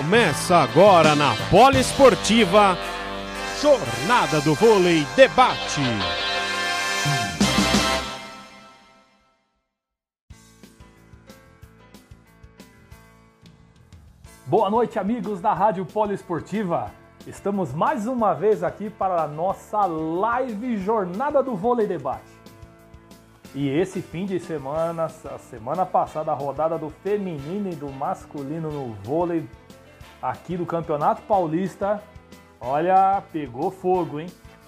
Começa agora na Poliesportiva, Jornada do Vôlei Debate. Boa noite, amigos da Rádio Poliesportiva. Estamos mais uma vez aqui para a nossa live Jornada do Vôlei Debate. E esse fim de semana, a semana passada, a rodada do feminino e do masculino no vôlei aqui do Campeonato Paulista, olha, pegou fogo, hein?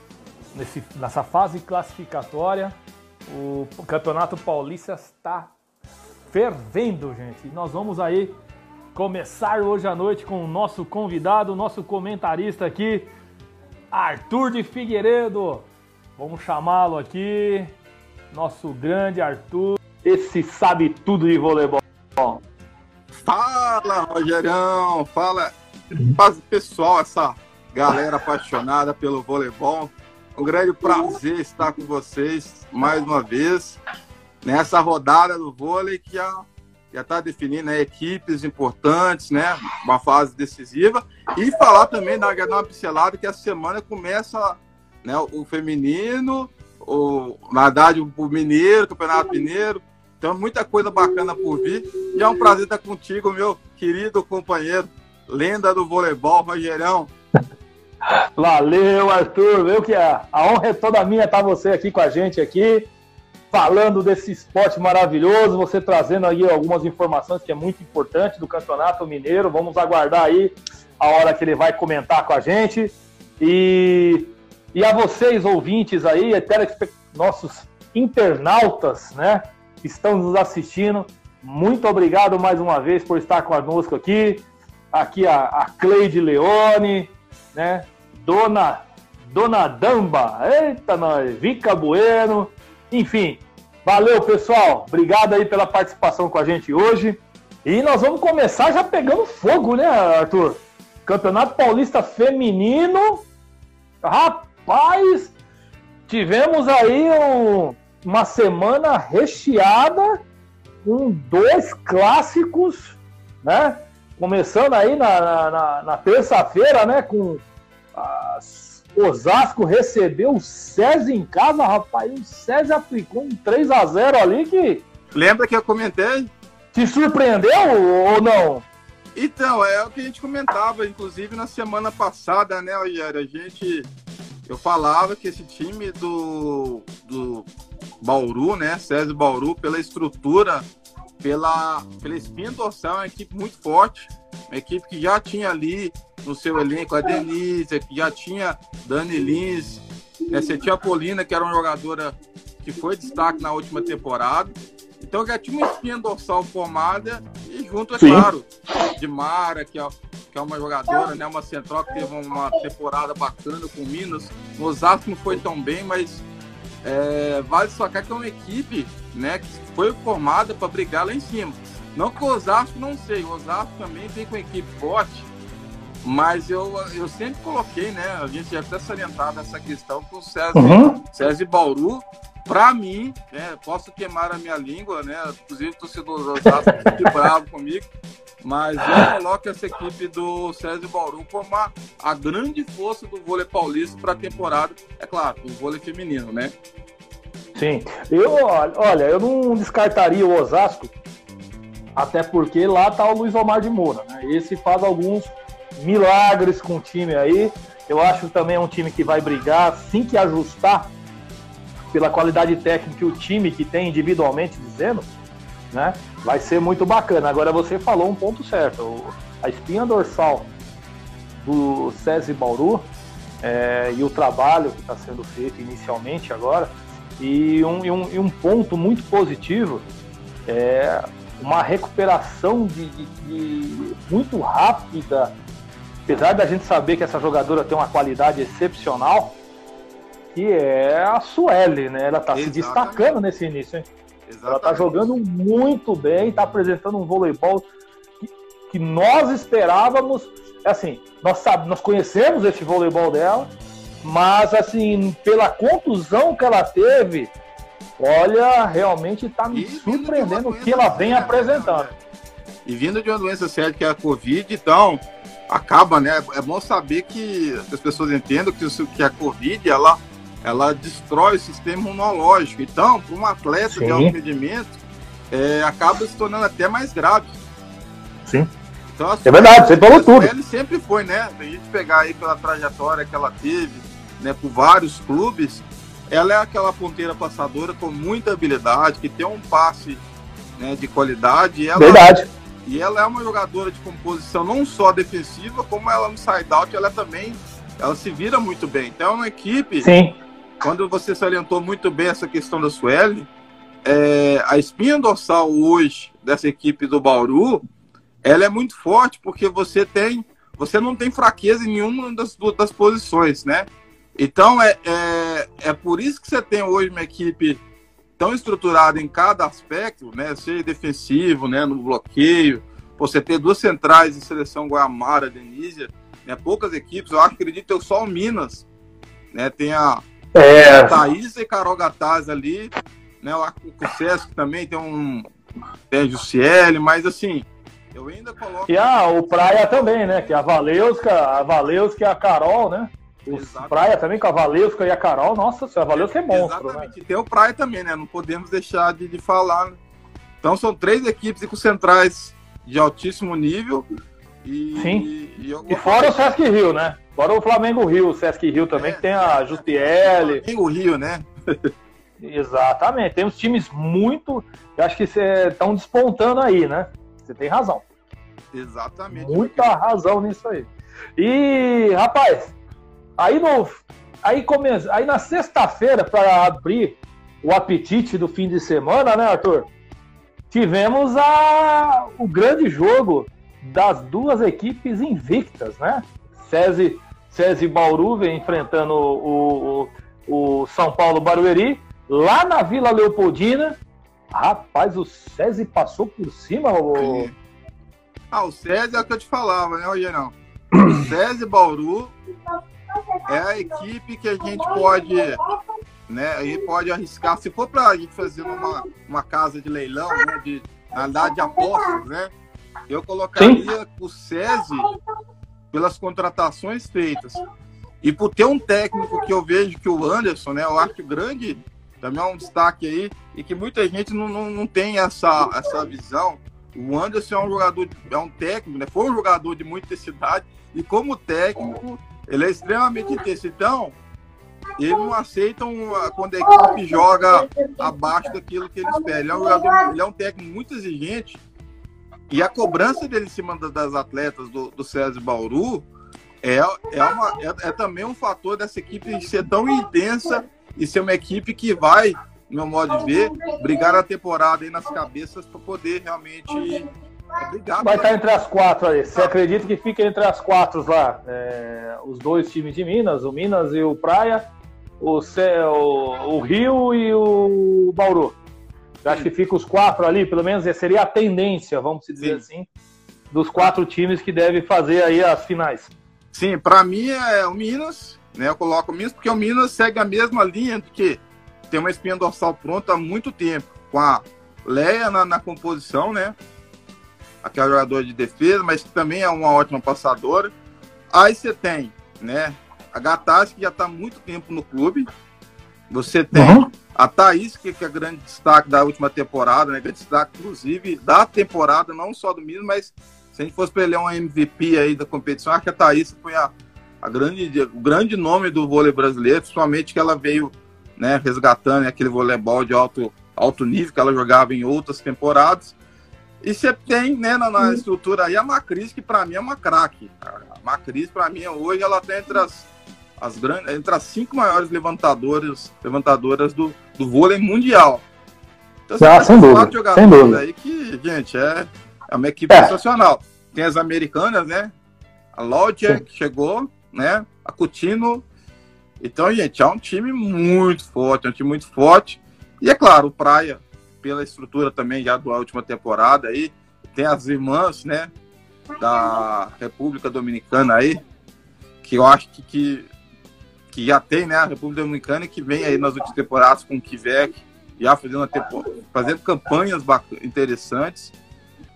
Nessa fase classificatória, o Campeonato Paulista está fervendo, gente. E nós vamos aí começar hoje à noite com o nosso convidado, nosso comentarista aqui, Arthur de Figueiredo. Vamos chamá-lo aqui, nosso grande Arthur, esse sabe tudo de voleibol. Fala, Rogerão, fala pessoal, essa galera apaixonada pelo voleibol. Um grande prazer estar com vocês mais uma vez nessa rodada do vôlei que já está definindo, né, equipes importantes, né, uma fase decisiva, e falar também, dar uma pincelada, que essa semana começa, né, o feminino, na verdade o mineiro, o Campeonato Mineiro, então muita coisa bacana por vir, e é um prazer estar contigo, meu querido companheiro, lenda do voleibol, Rogerão. Valeu, Arthur, viu que a honra é toda minha estar você aqui com a gente aqui, falando desse esporte maravilhoso, você trazendo aí algumas informações que é muito importante do Campeonato Mineiro. Vamos aguardar aí a hora que ele vai comentar com a gente. E a vocês, ouvintes aí, nossos internautas, né, que estão nos assistindo, muito obrigado mais uma vez por estar conosco aqui. Aqui a Cleide Leone, né, Dona Damba, eita nós, Vica Bueno. Enfim, valeu, pessoal. Obrigado aí pela participação com a gente hoje. E nós vamos começar já pegando fogo, né, Arthur? Campeonato Paulista Feminino. Rapaz, tivemos aí uma semana recheada com 2 clássicos, né? Começando aí na terça-feira, né, com Osasco recebeu o SESI em casa, rapaz. O SESI aplicou um 3-0 ali que... Lembra que eu comentei? Te surpreendeu ou não? Então, é o que a gente comentava, inclusive na semana passada, né, Rogério? Eu falava que esse time do Bauru, né, SESI Bauru, pela estrutura, pela espinha dorsal, é uma equipe muito forte, uma equipe que já tinha ali no seu elenco a Denise, que já tinha Dani Lins, né? Você tinha a Polina, que era uma jogadora que foi destaque na última temporada. Então já tinha uma espinha dorsal formada e junto, é claro, de Mara, que é uma jogadora, né? Uma central que teve uma temporada bacana com o Minas. O Osasco não foi tão bem, mas vale destacar que é uma equipe, né, que foi formada para brigar lá em cima. Não que o Osasco não sei, o Osasco também vem com uma equipe forte, mas eu sempre coloquei, né, a gente já até salientado essa questão com o SESI Bauru, para mim, né, posso queimar a minha língua, né, inclusive o torcedor do Osasco fique bravo comigo, mas eu coloco essa equipe do SESI Bauru como a grande força do vôlei paulista para a temporada, é claro, o vôlei feminino, né? Sim, eu não descartaria o Osasco, até porque lá tá o Luiz Omar de Moura, né? Esse faz alguns milagres com o time aí. Eu acho que também é um time que vai brigar, assim que ajustar pela qualidade técnica e o time que tem individualmente dizendo, né? Vai ser muito bacana. Agora você falou um ponto certo, a espinha dorsal do SESI Bauru e o trabalho que está sendo feito inicialmente agora, e um ponto muito positivo é uma recuperação muito rápida, apesar da gente saber que essa jogadora tem uma qualidade excepcional, que é a Sueli, né? Ela está se destacando nesse início, hein? Exatamente. Ela está jogando muito bem, está apresentando um voleibol que nós esperávamos. Assim, nós conhecemos esse voleibol dela, mas assim, pela contusão que ela teve, olha, realmente está me surpreendendo o que ela vem apresentando. E vindo de uma doença séria que é a Covid, então, acaba, né? É bom saber que as pessoas entendam que a Covid, ela destrói o sistema imunológico. Então, para um atleta Sim. de alto rendimento, acaba se tornando até mais grave. Sim. Então, É verdade, você falou tudo. Ele sempre foi, né? Se a gente pegar aí pela trajetória que ela teve, né, por vários clubes, ela é aquela ponteira passadora com muita habilidade, que tem um passe, né, de qualidade. Verdade. E ela é uma jogadora de composição não só defensiva, como ela no side-out, ela se vira muito bem. Então é uma equipe, Sim. quando você salientou muito bem essa questão da Sueli, a espinha dorsal hoje dessa equipe do Bauru, ela é muito forte, porque você não tem fraqueza em nenhuma das posições, né? Então é por isso que você tem hoje uma equipe tão estruturada em cada aspecto, né? Seja defensivo, né? No bloqueio, você ter duas centrais de seleção, Guaiamara, Denísia, né? Poucas equipes, eu acredito que só o Minas, né? Tem a Thaís e Carol Gataz ali, né? O Sesc também tem a Jussiele, mas assim, eu ainda coloco... E o Praia também, né? Que a Valeuska e a Carol, né? O Praia também com a Valeuska e a Carol. Nossa, a Valeuska é monstro, exatamente. né? E tem o Praia também, né? Não podemos deixar de falar, né? Então são 3 equipes com centrais de altíssimo nível. Sim. E fora o Sesc Rio, né? Fora o Flamengo Rio, o Sesc Rio também, que tem a Justiele. Flamengo Rio, né? Exatamente. Tem uns times muito... Eu acho que estão despontando aí, né? Você tem razão. Exatamente. Muita razão nisso aí. E, rapaz, aí na sexta-feira, para abrir o apetite do fim de semana, né, Arthur? Tivemos o grande jogo das duas equipes invictas, né? SESI Bauru vem enfrentando o São Paulo Barueri, lá na Vila Leopoldina. Rapaz, o SESI passou por cima, o SESI é o que eu te falava, né, Gerão? O SESI Bauru é a equipe que a gente pode, né, aí pode arriscar. Se for para a gente fazer uma casa de leilão, né, na verdade de apostas, né, eu colocaria o SESI pelas contratações feitas. E por ter um técnico que eu vejo que o Anderson, né, eu acho grande, também é um destaque aí, e que muita gente não tem essa visão. O Anderson é um técnico, né? Foi um jogador de muita intensidade, e como técnico, ele é extremamente intenso. Então, ele não aceita quando a equipe joga abaixo daquilo que ele espera. Ele é um técnico muito exigente, e a cobrança dele em cima das atletas do SESI Bauru é também um fator dessa equipe ser tão intensa e ser uma equipe que vai, no meu modo de ver, brigar a temporada aí nas cabeças para poder realmente brigar. Vai estar entre as 4 aí. Você acredita que fica entre as 4 lá? Os 2 times de Minas, o Minas e o Praia, o Rio e o Bauru. Eu acho que fica os 4 ali, pelo menos seria a tendência, vamos dizer assim, dos 4 times que devem fazer aí as finais. Sim, para mim é o Minas, né? Eu coloco o Minas porque o Minas segue a mesma linha de que tem uma espinha dorsal pronta há muito tempo, com a Leia na composição, né? Aquela jogadora de defesa, mas que também é uma ótima passadora. Aí você tem, né, a Gataz, que já está há muito tempo no clube. Você tem a Thaís, que é grande destaque da última temporada, né? Grande destaque, inclusive, da temporada, não só do Minas, mas se a gente fosse para ele um MVP aí da competição, acho que a Thaís foi o grande nome do vôlei brasileiro, principalmente que ela veio, né, resgatando aquele voleibol de alto nível que ela jogava em outras temporadas. E você tem, né, na estrutura aí a Macris, que para mim é uma craque. A Macris, para mim, hoje ela está entre as 5 maiores levantadoras do vôlei mundial. Então, sem dúvida. Aí que, gente, é uma equipe sensacional. Tem as americanas, né? A Lodge, que chegou, né? A Coutinho. Então, gente, é um time muito forte, E, é claro, o Praia, pela estrutura também já da última temporada aí, tem as irmãs, né? Da República Dominicana aí, que eu acho que já tem, né? A República Dominicana, que vem aí nas últimas temporadas com o Quebec, já fazendo campanhas interessantes.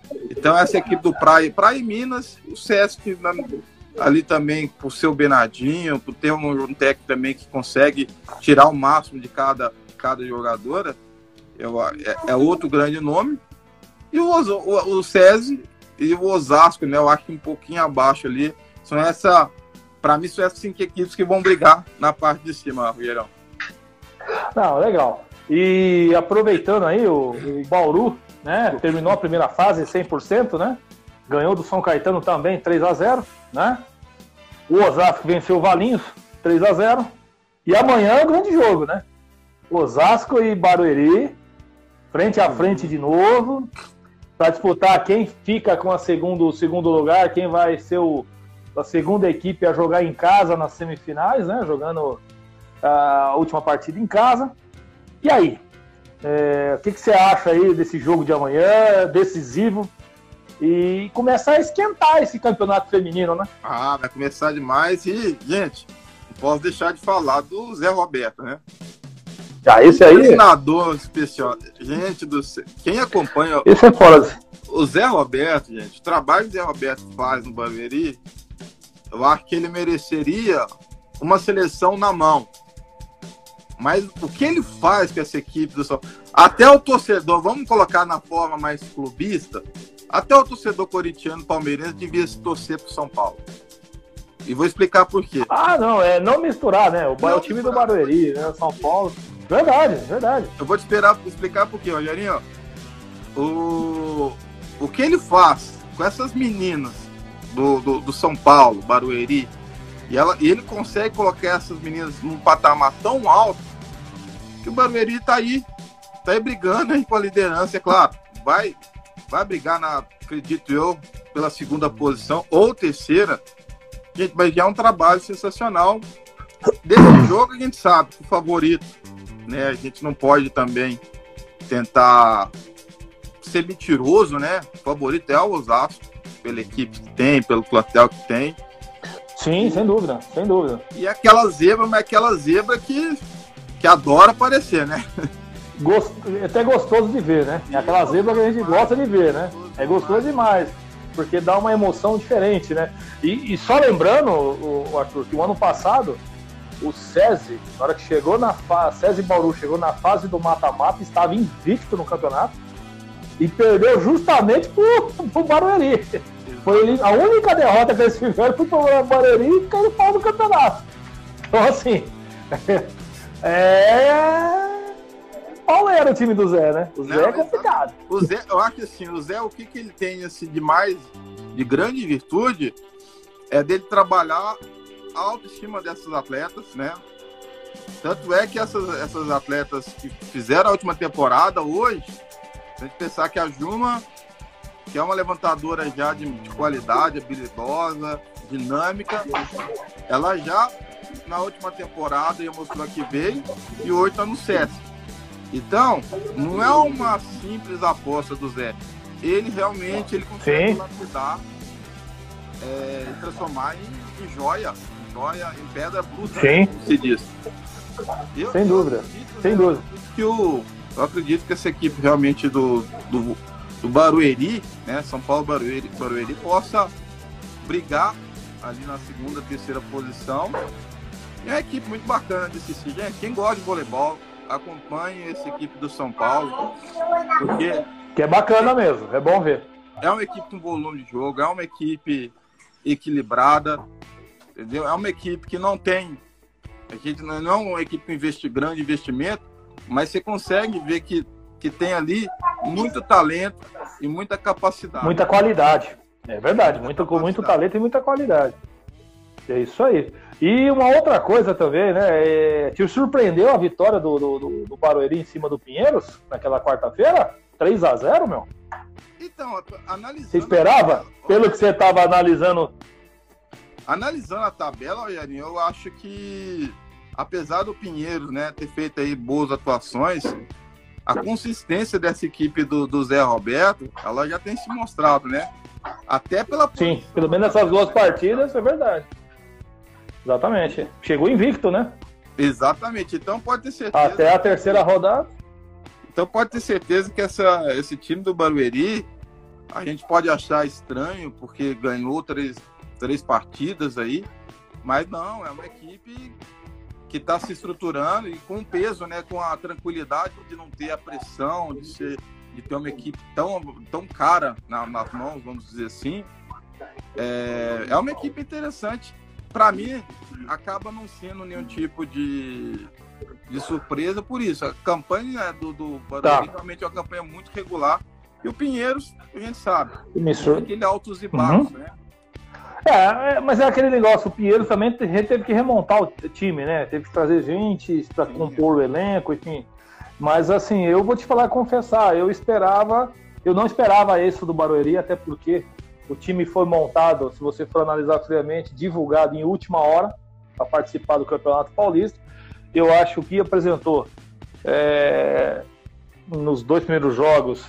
Então essa equipe do Praia e Minas, o Sesc ali também, por ser o Bernardinho, por ter um técnico também que consegue tirar o máximo de cada jogadora, é outro grande nome. E o SESI e o Osasco, né? Eu acho que um pouquinho abaixo ali. Para mim, são essas 5 equipes que vão brigar na parte de cima, Rogério. Não, legal. E aproveitando aí, o Bauru, né? Terminou a primeira fase 100%, né? Ganhou do São Caetano também 3-0, né? O Osasco venceu o Valinhos 3-0. E amanhã é um grande jogo, né? Osasco e Barueri, frente a frente de novo, para disputar quem fica com o segundo lugar, quem vai ser a segunda equipe a jogar em casa nas semifinais, né? Jogando a última partida em casa. E aí? O que você acha aí desse jogo de amanhã, decisivo? E começar a esquentar esse campeonato feminino, né? Vai começar demais. E, gente, não posso deixar de falar do Zé Roberto, né? Esse aí... Treinador especial. Gente do céu. Quem acompanha... Esse é fora. O Zé Roberto, gente, o trabalho que o Zé Roberto faz no Barueri, eu acho que ele mereceria uma seleção na mão. Mas o que ele faz com essa equipe do São Paulo, até o torcedor, vamos colocar na forma mais clubista, até o torcedor corintiano palmeirense devia se torcer pro São Paulo. E vou explicar por quê. Não misturar, né? O time do Barueri, né? São Paulo. Verdade. Eu vou te explicar por quê, Rogerinho. O que ele faz com essas meninas do São Paulo, Barueri, e ele consegue colocar essas meninas num patamar tão alto que o Barueri tá aí brigando aí com a liderança, é claro. Vai brigar, acredito eu, pela segunda posição ou terceira. Gente, mas já é um trabalho sensacional. Desse jogo a gente sabe que o favorito, né? A gente não pode também tentar ser mentiroso, né? O favorito é o Osasco, pela equipe que tem, pelo plantel que tem. Sim, sem dúvida. E aquela zebra que adora aparecer, né? É até gostoso de ver, né? É aquela zebra que a gente gosta de ver, né? É gostoso demais, porque dá uma emoção diferente, né? E só lembrando, Arthur, que o ano passado, o SESI, na hora que chegou SESI Bauru chegou na fase do mata-mata, estava invicto no campeonato e perdeu justamente pro Barueri. Foi a única derrota que eles fizeram foi pro Barueri e caiu fora do campeonato. Então, assim, qual era o time do Zé, né? O Zé é complicado. O Zé, eu acho que assim, o Zé, o que ele tem assim, de grande virtude é dele trabalhar a autoestima dessas atletas, né? Tanto é que essas atletas que fizeram a última temporada hoje, se a gente pensar que a Juma, que é uma levantadora já de qualidade, habilidosa, dinâmica, ela já na última temporada já mostrou que veio e hoje está no SESC. Então, não é uma simples aposta do Zé. Ele realmente consegue lapidar, transformar em joia, em pedra bruta, né, como se diz. Sem dúvida. Eu acredito que essa equipe realmente do Barueri, né, São Paulo Barueri possa brigar ali na segunda, terceira posição. É uma equipe muito bacana de assistir. Gente, quem gosta de voleibol, acompanhe essa equipe do São Paulo, porque que é bacana mesmo, é bom ver. É uma equipe com volume de jogo, é uma equipe equilibrada, entendeu? É uma equipe que não tem, a gente não é uma equipe com grande investimento, mas você consegue ver que tem ali muito talento e muita capacidade. Muita qualidade, é verdade, muito talento e muita qualidade. É isso aí. E uma outra coisa também, né? Te surpreendeu a vitória do Barueri em cima do Pinheiros naquela quarta-feira? 3-0, meu? Então, analisando... Você esperava? Pelo que você estava analisando... Analisando a tabela, Rogerinho, eu acho que, apesar do Pinheiros, né, ter feito aí boas atuações, a consistência dessa equipe do Zé Roberto, ela já tem se mostrado, né? Até pela... Sim, pelo menos nessas duas partidas, é verdade. Exatamente. Chegou invicto, né? Exatamente. Então pode ter certeza... Até a terceira rodada. Então pode ter certeza que esse time do Barueri A gente pode achar estranho, porque ganhou três partidas aí, mas não, é uma equipe que está se estruturando e com peso, né, com a tranquilidade de não ter a pressão, de ter uma equipe tão cara nas mãos, vamos dizer assim. É uma equipe interessante. Para mim, acaba não sendo nenhum tipo de surpresa por isso. A campanha do Barueri realmente é uma campanha muito regular. E o Pinheiros, a gente sabe, aquele altos e baixos, né? Mas é aquele negócio, o Pinheiros também teve que remontar o time, né? Teve que trazer gente para compor o elenco, enfim. Mas assim, eu vou te falar, confessar, eu não esperava isso do Barueri, até porque o time foi montado, se você for analisar friamente, divulgado em última hora para participar do Campeonato Paulista. Eu acho que apresentou nos 2 primeiros jogos,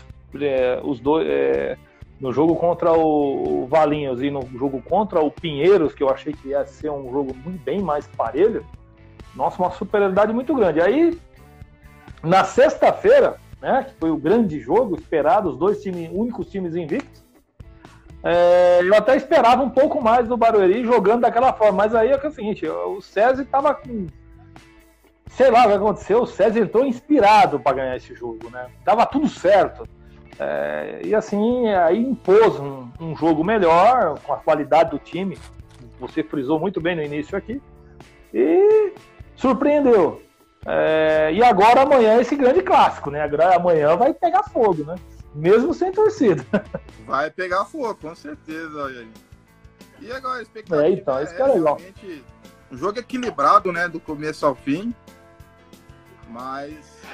no jogo contra o Valinhos e no jogo contra o Pinheiros, que eu achei que ia ser um jogo bem mais parelho, nossa, uma superioridade muito grande. Aí, na sexta-feira, né, que foi o grande jogo esperado, os dois únicos times invictos, eu até esperava um pouco mais do Barueri jogando daquela forma, mas aí é o seguinte, o César estava com... Sei lá o que aconteceu, o César entrou inspirado para ganhar esse jogo, né? Tava tudo certo. E assim, aí impôs um jogo melhor, com a qualidade do time. Você frisou muito bem no início aqui. E surpreendeu. E agora amanhã é esse grande clássico, né? Amanhã vai pegar fogo, né? Mesmo sem torcida. Vai pegar fogo, com certeza. Olha aí. E agora a expectativa então, isso que é legal. Realmente um jogo equilibrado, né? Do começo ao fim. Mas...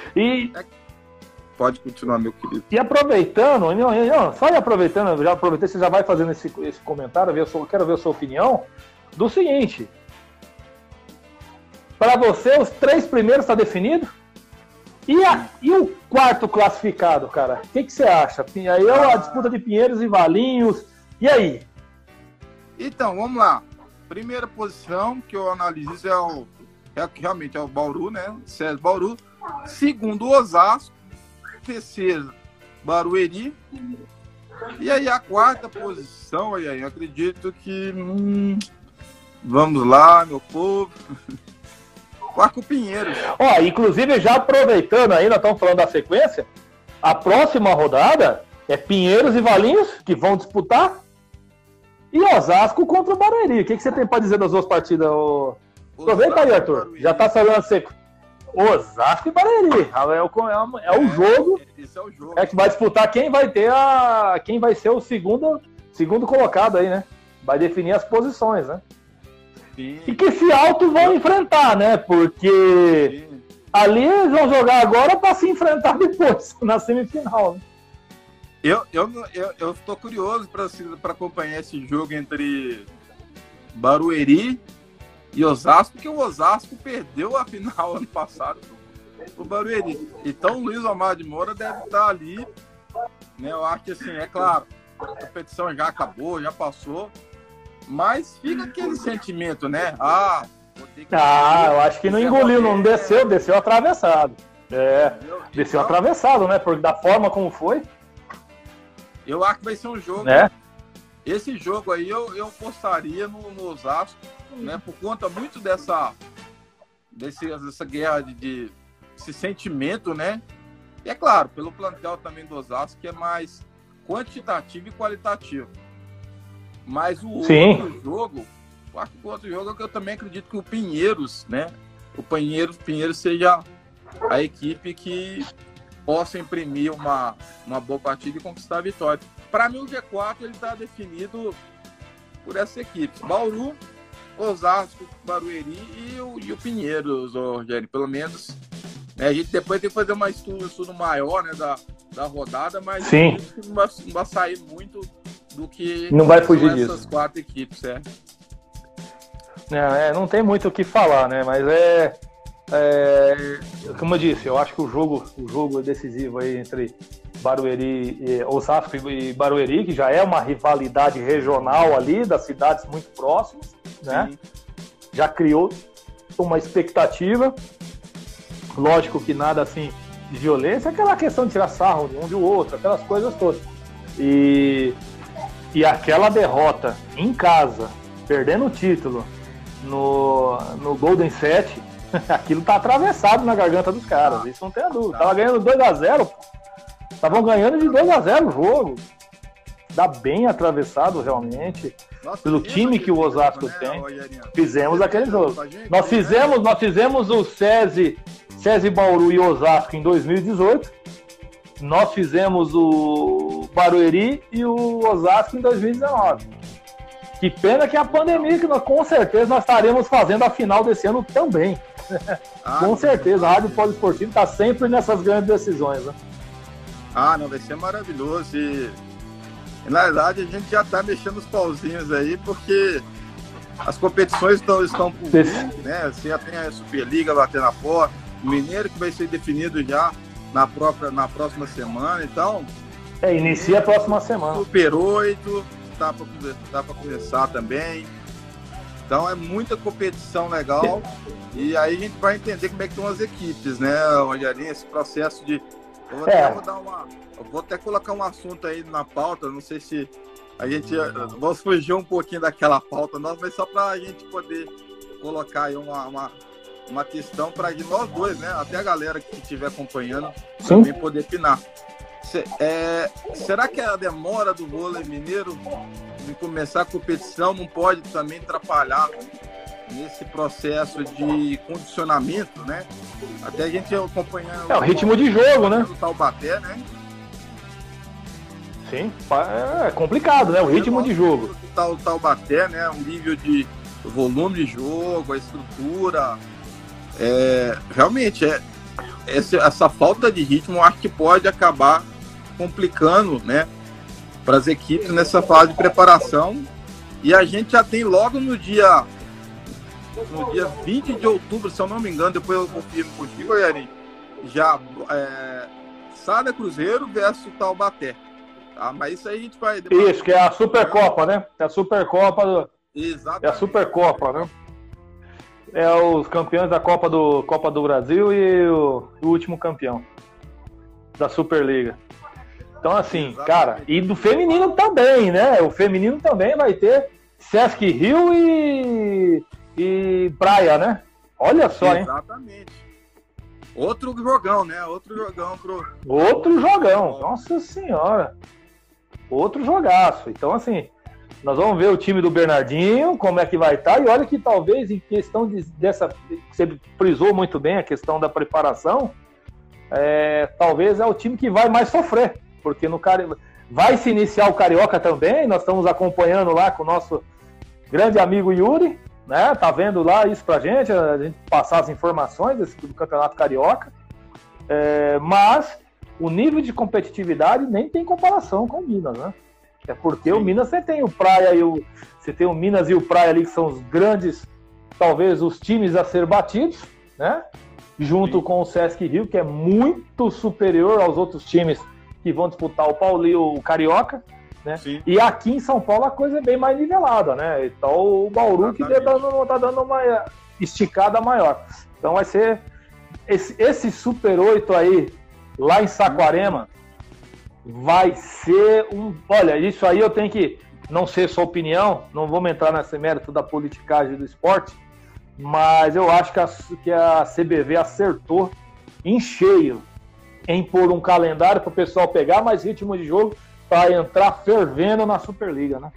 Pode continuar, meu querido. E aproveitando, já aproveitei, você já vai fazendo esse comentário, quero ver a sua opinião, do seguinte: para você, os 3 primeiros está definido? E o quarto classificado, cara? O que você acha? Aí a disputa de Pinheiros e Valinhos, e aí? Então, vamos lá. Primeira posição que eu analiso realmente é o Bauru, né? César Bauru. Segundo, o Osasco. Terceiro, Barueri. E aí a quarta posição, aí eu acredito que vamos lá, meu povo. Quarto, Pinheiros. Inclusive, já aproveitando aí, nós estamos falando da sequência, a próxima rodada é Pinheiros e Valinhos, que vão disputar, e Osasco contra o Barueri. O que você tem para dizer das duas partidas? Aproveita aí, Arthur. Já está falando a sequência. Osasco e Barueri. É o jogo. Esse é o jogo. Que vai disputar quem vai ser o segundo colocado aí, né? Vai definir as posições, né? Sim. E que se alto vão enfrentar, né? Porque ali eles vão jogar agora para se enfrentar depois, na semifinal. Né? Eu estou curioso para acompanhar esse jogo entre Barueri e Osasco, porque o Osasco perdeu a final ano passado pro Barueri. Então o Luiz Omar de Moura deve estar ali, né? Eu acho que assim, é claro, a competição já acabou, já passou, mas fica aquele sentimento, né? Vou ter que eu acho que não engoliu, não desceu atravessado. Desceu atravessado, né? Porque da forma como foi. Eu acho que vai ser um jogo, né? Esse jogo aí eu apostaria no Osasco, né, por conta muito dessa guerra esse sentimento, né? E é claro, pelo plantel também do Osasco, que é mais quantitativo e qualitativo. Mas o outro jogo, é que eu também acredito que o Pinheiros, né? O Pinheiros seja a equipe que possa imprimir uma boa partida e conquistar a vitória. Para mim, o G4 ele está definido por essa equipe. Bauru, Osasco, Barueri e o Pinheiros, Rogério. Pelo menos, né, a gente depois tem que fazer um estudo maior, né, da rodada, mas sim, não vai sair muito do que não vai fugir essas disso. 4 equipes, não tem muito o que falar, né? Mas como eu disse, eu acho que o jogo é decisivo aí entre Barueri, Osasco e Barueri, que já é uma rivalidade regional ali, das cidades muito próximas, né? Já criou uma expectativa. Lógico que nada assim de violência, aquela questão de tirar sarro de um de outro, aquelas coisas todas. E aquela derrota em casa, perdendo o título no Golden 7, aquilo tá atravessado na garganta dos caras, isso não tem a dúvida. Tava ganhando 2-0, estavam ganhando de 2-0 o jogo. Dá bem atravessado realmente. Nossa, pelo time que o Osasco tem. Fizemos aquele jogo. Nós fizemos o SESI Bauru e Osasco em 2018. Nós fizemos o Barueri e o Osasco em 2019. Que pena que é a pandemia, que com certeza nós estaremos fazendo a final desse ano também. Com certeza, a Rádio Poliesportivo está sempre nessas grandes decisões, né? Não, vai ser maravilhoso. E na verdade a gente já está mexendo os pauzinhos aí, porque as competições estão por vir, né? Você já tem a Superliga batendo na porta, o Mineiro que vai ser definido já na próxima semana, então... inicia a próxima semana. Super 8, tá para começar também. Então é muita competição legal. E aí a gente vai entender como é que estão as equipes, né, Rogerinho? Esse processo de... Eu vou até colocar um assunto aí na pauta, não sei se a gente... Vamos fugir um pouquinho daquela pauta nossa, mas só para a gente poder colocar aí uma questão para nós dois, né? Até a galera que estiver acompanhando também poder opinar. Será que a demora do vôlei mineiro de começar a competição não pode também atrapalhar nesse processo de condicionamento, né? Até a gente acompanhando... o ritmo de jogo, né? O Taubaté, né? Sim, é complicado, né? O ritmo de jogo. O Taubaté, né? O nível de volume de jogo, a estrutura... realmente, essa falta de ritmo, eu acho que pode acabar complicando, né, para as equipes nessa fase de preparação. E a gente já tem logo no dia 20 de outubro, se eu não me engano, depois eu confirmo contigo, Yari, já Sada Cruzeiro versus Taubaté. Tá? Mas isso aí a gente vai... Isso, que é a Supercopa, né? É a Supercopa. Exatamente. É a Supercopa, né? É os campeões da Copa do Brasil e o último campeão da Superliga. Então, assim, exatamente. Cara, e do feminino também, né? O feminino também vai ter Sesc Rio e Praia, né? Olha só, hein? Exatamente. Outro jogão, né? Outro jogão, nossa senhora. Outro jogaço. Então, assim... Nós vamos ver o time do Bernardinho, como é que vai estar, e olha que talvez em questão dessa... Você frisou muito bem a questão da preparação, talvez é o time que vai mais sofrer, porque vai se iniciar o Carioca também, nós estamos acompanhando lá com o nosso grande amigo Yuri, né? Tá vendo lá isso pra gente, a gente passar as informações do Campeonato Carioca, mas o nível de competitividade nem tem comparação com o Minas, né? É porque o Minas você tem o Praia você tem o Minas e o Praia ali, que são os grandes, talvez os times a ser batidos, né? Junto com o Sesc Rio, que é muito superior aos outros times que vão disputar o Carioca, né? E aqui em São Paulo a coisa é bem mais nivelada, né? Então o Bauru que tá dando uma esticada maior. Então vai ser esse Super 8 aí, lá em Saquarema, vai ser Olha, isso aí eu tenho que... Não sei sua opinião, não vamos entrar nesse mérito da politicagem do esporte, mas eu acho que a CBV acertou em cheio em pôr um calendário para o pessoal pegar mais ritmo de jogo para entrar fervendo na Superliga, né?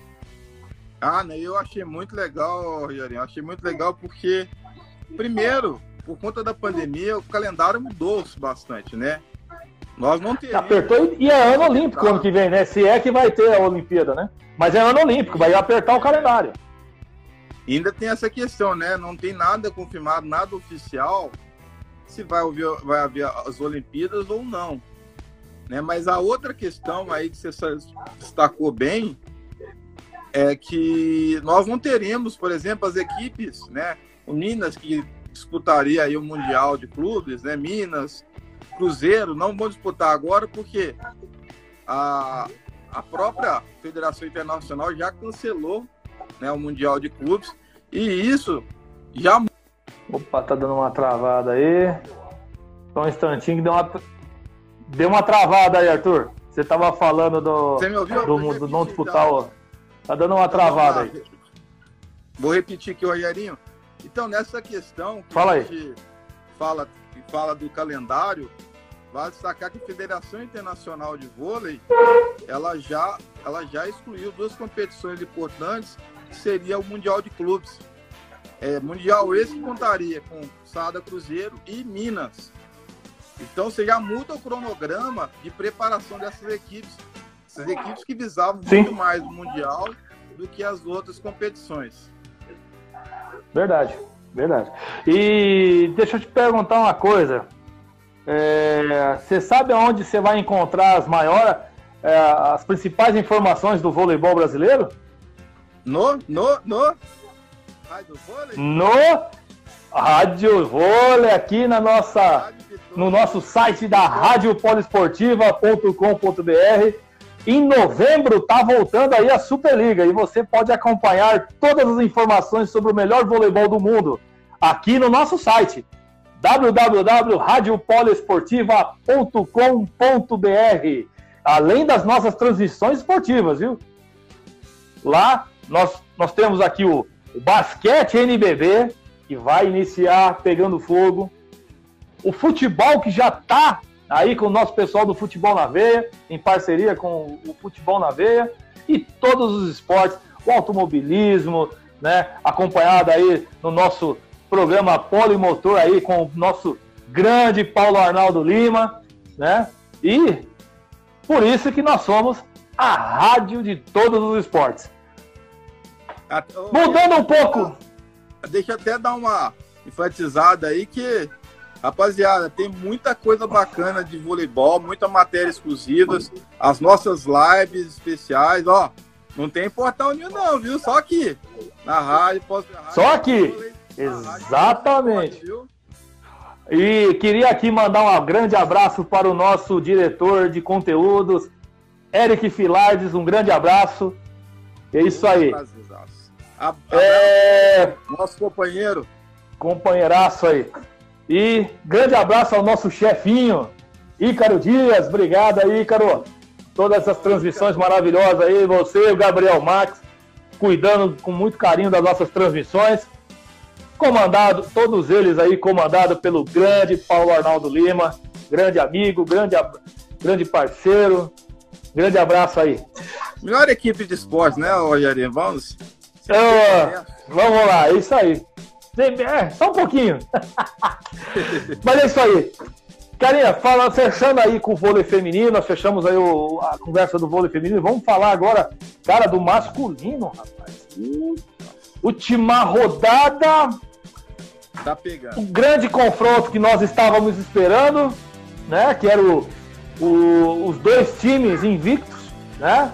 Eu achei muito legal, Rogerinho. Achei muito legal porque, primeiro, por conta da pandemia, o calendário mudou bastante, né? Nós não teríamos... Apertou e é ano olímpico ano que vem, né? Se é que vai ter a Olimpíada, né? Mas é ano olímpico, vai apertar o calendário. E ainda tem essa questão, né? Não tem nada confirmado, nada oficial, se vai haver as Olimpíadas ou não. Né? Mas a outra questão aí que você destacou bem é que nós não teremos, por exemplo, as equipes, né? O Minas, que disputaria aí o Mundial de Clubes, né? Minas... Cruzeiro não vão disputar agora porque a própria Federação Internacional já cancelou, né, o Mundial de Clubes, e isso já... Opa, tá dando uma travada aí. Só um instantinho que deu uma travada aí, Arthur. Você estava falando Você me ouviu? do não disputar. Então. Tá dando uma travada aí. Vou repetir aqui, Rogerinho. Então, nessa questão que Fala a gente fala do calendário, vale destacar que a Federação Internacional de Vôlei ela já excluiu 2 competições importantes, que seria o Mundial de Clubes. Mundial esse que contaria com Sada Cruzeiro e Minas. Então você já muda o cronograma de preparação dessas equipes. Essas equipes que visavam muito mais o Mundial do que as outras competições. Verdade. E deixa eu te perguntar uma coisa. Você sabe aonde você vai encontrar as principais informações do voleibol brasileiro? No Rádio Vôlei? No Rádio Vôlei, aqui no nosso site da radiopoliesportiva.com.br. Em novembro tá voltando aí a Superliga e você pode acompanhar todas as informações sobre o melhor voleibol do mundo aqui no nosso site www.radiopoliesportiva.com.br, além das nossas transmissões esportivas, viu? Lá nós temos aqui o basquete NBB, que vai iniciar pegando fogo, o futebol que já tá aí com o nosso pessoal do Futebol na Veia, em parceria com o Futebol na Veia, e todos os esportes, o automobilismo, né, acompanhado aí no nosso programa Polimotor aí com o nosso grande Paulo Arnaldo Lima, né, e por isso que nós somos a rádio de todos os esportes. Mudando um pouco. Deixa eu até dar uma enfatizada aí que, rapaziada, tem muita coisa bacana de voleibol, muita matéria exclusiva, as nossas lives especiais, ó, não tem portal nenhum não, viu? Só aqui, na rádio, só aqui, vôlei, exatamente. Rádio, e queria aqui mandar um grande abraço para o nosso diretor de conteúdos, Eric Filardes, um grande abraço. É isso aí. Nosso companheiraço aí. E grande abraço ao nosso chefinho, Ícaro Dias. Obrigado aí, Ícaro. Todas essas transmissões maravilhosas aí. Você e o Gabriel Max, cuidando com muito carinho das nossas transmissões. Todos eles aí comandados pelo grande Paulo Arnaldo Lima. Grande amigo, grande parceiro. Grande abraço aí. Melhor equipe de esporte, né, Rogerinho? Vamos lá, é isso aí. Só um pouquinho. Mas é isso aí. Carinha, fechando aí com o vôlei feminino, nós fechamos aí a conversa do vôlei feminino. Vamos falar agora, cara, do masculino, rapaz. Última rodada. Tá pegando. Um grande confronto que nós estávamos esperando, né? Que era os 2 times invictos, né?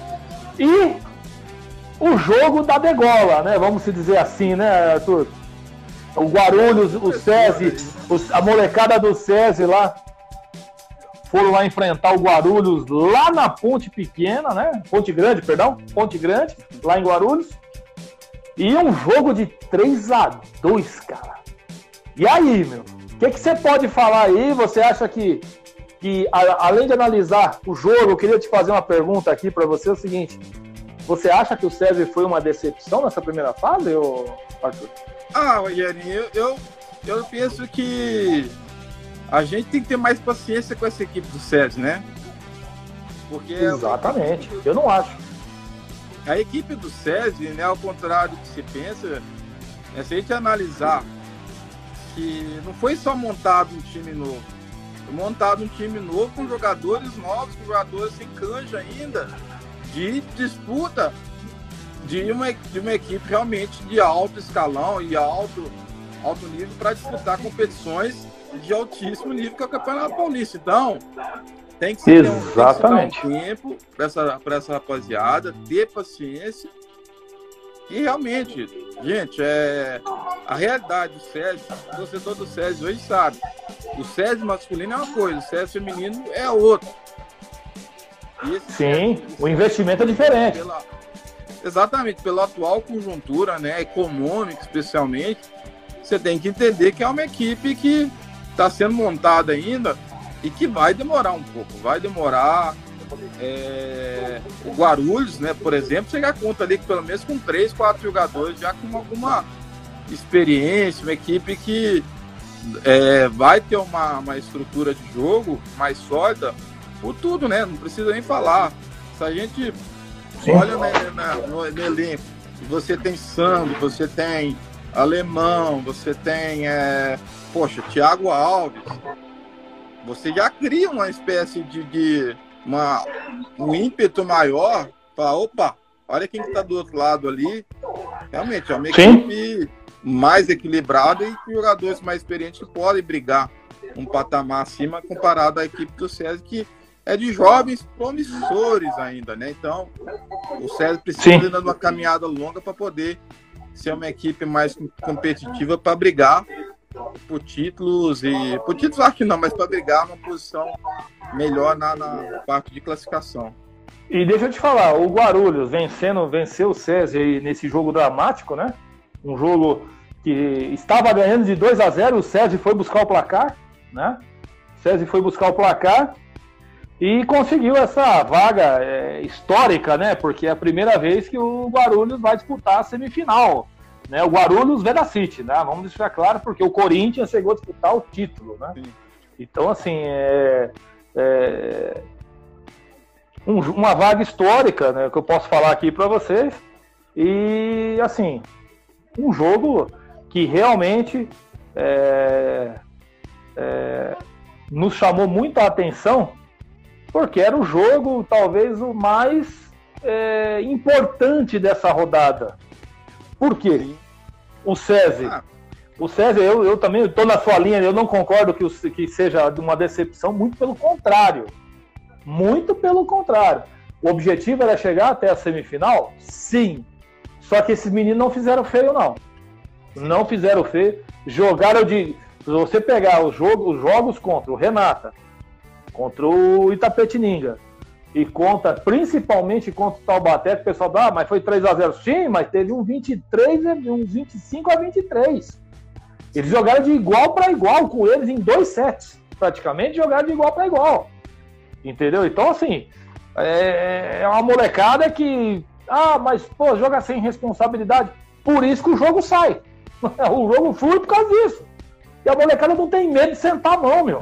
E o jogo da degola, né? Vamos se dizer assim, né, Arthur? O Guarulhos, o SESI, a molecada do SESI lá foram lá enfrentar o Guarulhos lá na Ponte Pequena, né? Ponte Grande, lá em Guarulhos. E um jogo de 3-2, cara. E aí, meu? O que você pode falar aí? Você acha que além de analisar o jogo, eu queria te fazer uma pergunta aqui para você, é o seguinte: você acha que o SESI foi uma decepção nessa primeira fase, Arthur? Rogerinho, eu penso que a gente tem que ter mais paciência com essa equipe do SESI, né? Porque exatamente, eu não acho. A equipe do SESI, né, ao contrário do que se pensa, se a gente analisar que não foi só montado um time novo, foi montado um time novo com jogadores novos, com jogadores sem canja ainda, de disputa de uma equipe realmente de alto escalão e alto nível para disputar competições de altíssimo nível, que é o Campeonato Paulista. Então, tem que ter um tempo para essa rapaziada, ter paciência. E realmente, gente, a realidade do SESI, o torcedor do SESI hoje sabe. O SESI masculino é uma coisa, o SESI feminino é outra. Sim, o investimento é diferente. Exatamente, pela atual conjuntura, né, econômica especialmente, você tem que entender que é uma equipe que está sendo montada ainda e que vai demorar um pouco, vai demorar. o Guarulhos, né, por exemplo, chega a conta ali que pelo menos com 3, 4 jogadores já com alguma experiência, uma equipe que vai ter uma estrutura de jogo mais sólida por tudo, né? Não precisa nem falar. Se a gente olha no elenco, você tem Sandro, você tem Alemão, você tem Thiago Alves, você já cria uma espécie de um ímpeto maior para, opa, olha quem está do outro lado ali. Realmente é uma equipe mais equilibrada e com jogadores mais experientes que podem brigar um patamar acima comparado à equipe do César, que é de jovens promissores ainda, né? Então, o César precisa ainda de uma caminhada longa para poder ser uma equipe mais competitiva para brigar por títulos, acho que não, mas para brigar numa posição melhor na parte de classificação. E deixa eu te falar, o Guarulhos venceu o César nesse jogo dramático, né? Um jogo que estava ganhando de 2-0, o César foi buscar o placar, né? O César foi buscar o placar e conseguiu essa vaga histórica, né? Porque é a primeira vez que o Guarulhos vai disputar a semifinal, né? O Guarulhos Vedacity, né? Vamos deixar claro, porque o Corinthians chegou a disputar o título, né? Sim. Então, assim, uma vaga histórica, né? Que eu posso falar aqui para vocês. E, assim, um jogo que realmente nos chamou muita atenção, porque era o jogo talvez o mais importante dessa rodada. Por quê? O César, eu também estou na sua linha, eu não concordo que seja uma decepção, muito pelo contrário. Muito pelo contrário. O objetivo era chegar até a semifinal? Sim. Só que esses meninos não fizeram feio, não. Não fizeram feio. Jogaram se você pegar os jogos contra o Renata, contra o Itapetininga, e principalmente contra o Taubaté, que o pessoal dá, mas foi 3-0. Sim, mas teve um 25-23. Eles jogaram de igual para igual com eles em 2 sets. Praticamente jogaram de igual para igual. Entendeu? Então, assim, é uma molecada que... mas, joga sem responsabilidade. Por isso que o jogo sai. O jogo flui por causa disso. E a molecada não tem medo de sentar a mão, meu.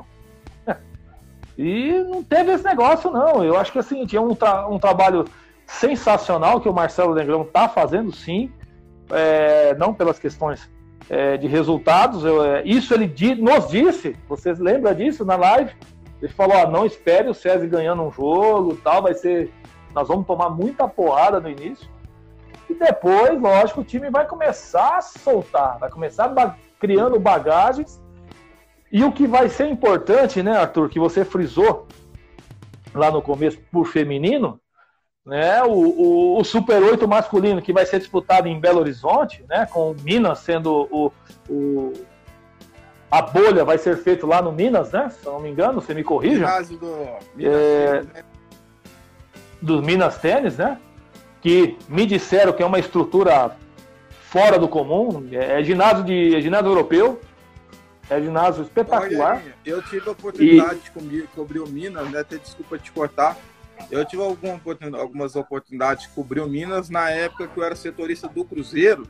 E não teve esse negócio, não. Eu acho que, assim, tinha um trabalho sensacional que o Marcelo Negrão está fazendo, sim. Não pelas questões de resultados. Isso ele nos disse, vocês lembram disso na live? Ele falou, não espere o César ganhando um jogo e tal, nós vamos tomar muita porrada no início. E depois, lógico, o time vai começar a soltar, vai começar criando bagagens. E o que vai ser importante, né, Arthur, que você frisou lá no começo por feminino, né, o Super 8 masculino, que vai ser disputado em Belo Horizonte, né, com o Minas sendo a bolha vai ser feito lá no Minas, né? Se eu não me engano, você me corrija. Do Minas Tênis, né? Que me disseram que é uma estrutura fora do comum. É ginásio europeu. É ginásio espetacular. Olha, eu tive a oportunidade de cobrir o Minas, né? Até desculpa te cortar. Eu tive algumas oportunidades de cobrir o Minas na época que eu era setorista do Cruzeiro.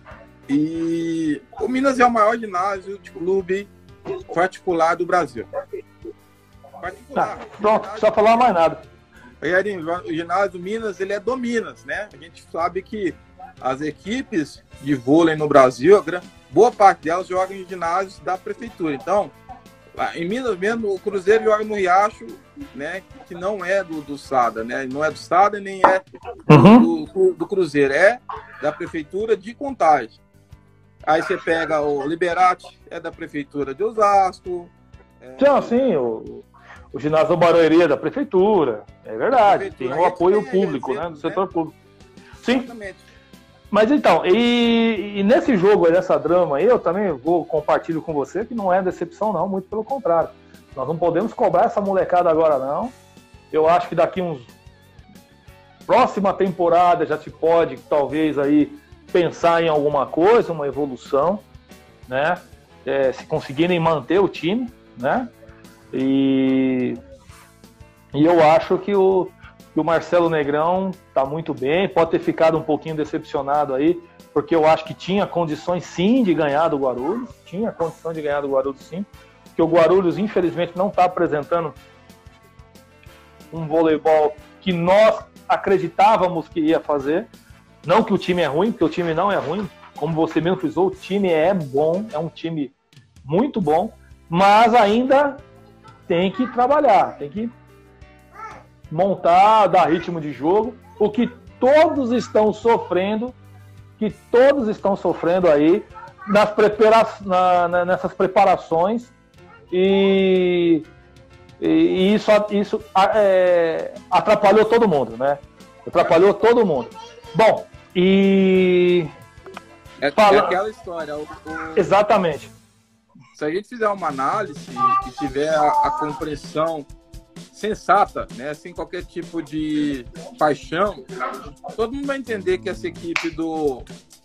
E o Minas é o maior ginásio de clube particular do Brasil. Particular. Pronto, não precisa falar mais nada. O ginásio do Minas, ele é do Minas, né? A gente sabe que as equipes de vôlei no Brasil, boa parte delas jogam em ginásios da prefeitura. Então, em Minas mesmo, o Cruzeiro joga no Riacho, né? Que não é do SADA, né? Não é do SADA, nem é do Cruzeiro. É da prefeitura de Contagem. Aí você pega o Liberati, é da prefeitura de Osasco. Sim, o ginásio do Barueri é da prefeitura. É verdade, tem o apoio público, né? Do setor público. Sim. Exatamente. Mas então, e nesse jogo, nessa drama aí, eu também compartilho com você que não é decepção, não, muito pelo contrário. Nós não podemos cobrar essa molecada agora, não. Eu acho que daqui próxima temporada já se pode, talvez, aí pensar em alguma coisa, uma evolução, né? Se conseguirem manter o time, né? E eu acho que o Marcelo Negrão está muito bem, pode ter ficado um pouquinho decepcionado aí, porque eu acho que tinha condições sim de ganhar do Guarulhos, sim, que o Guarulhos infelizmente não está apresentando um voleibol que nós acreditávamos que ia fazer. Não que o time é ruim, porque o time não é ruim, como você mesmo frisou, o time é bom, é um time muito bom, mas ainda tem que trabalhar, tem que montar, dar ritmo de jogo, o que todos estão sofrendo aí nessas preparações, e isso atrapalhou todo mundo, né? Atrapalhou todo mundo. Bom, e... É aquela história. Exatamente. Se a gente fizer uma análise e tiver a compreensão sensata, né, sem qualquer tipo de paixão, todo mundo vai entender que essa equipe do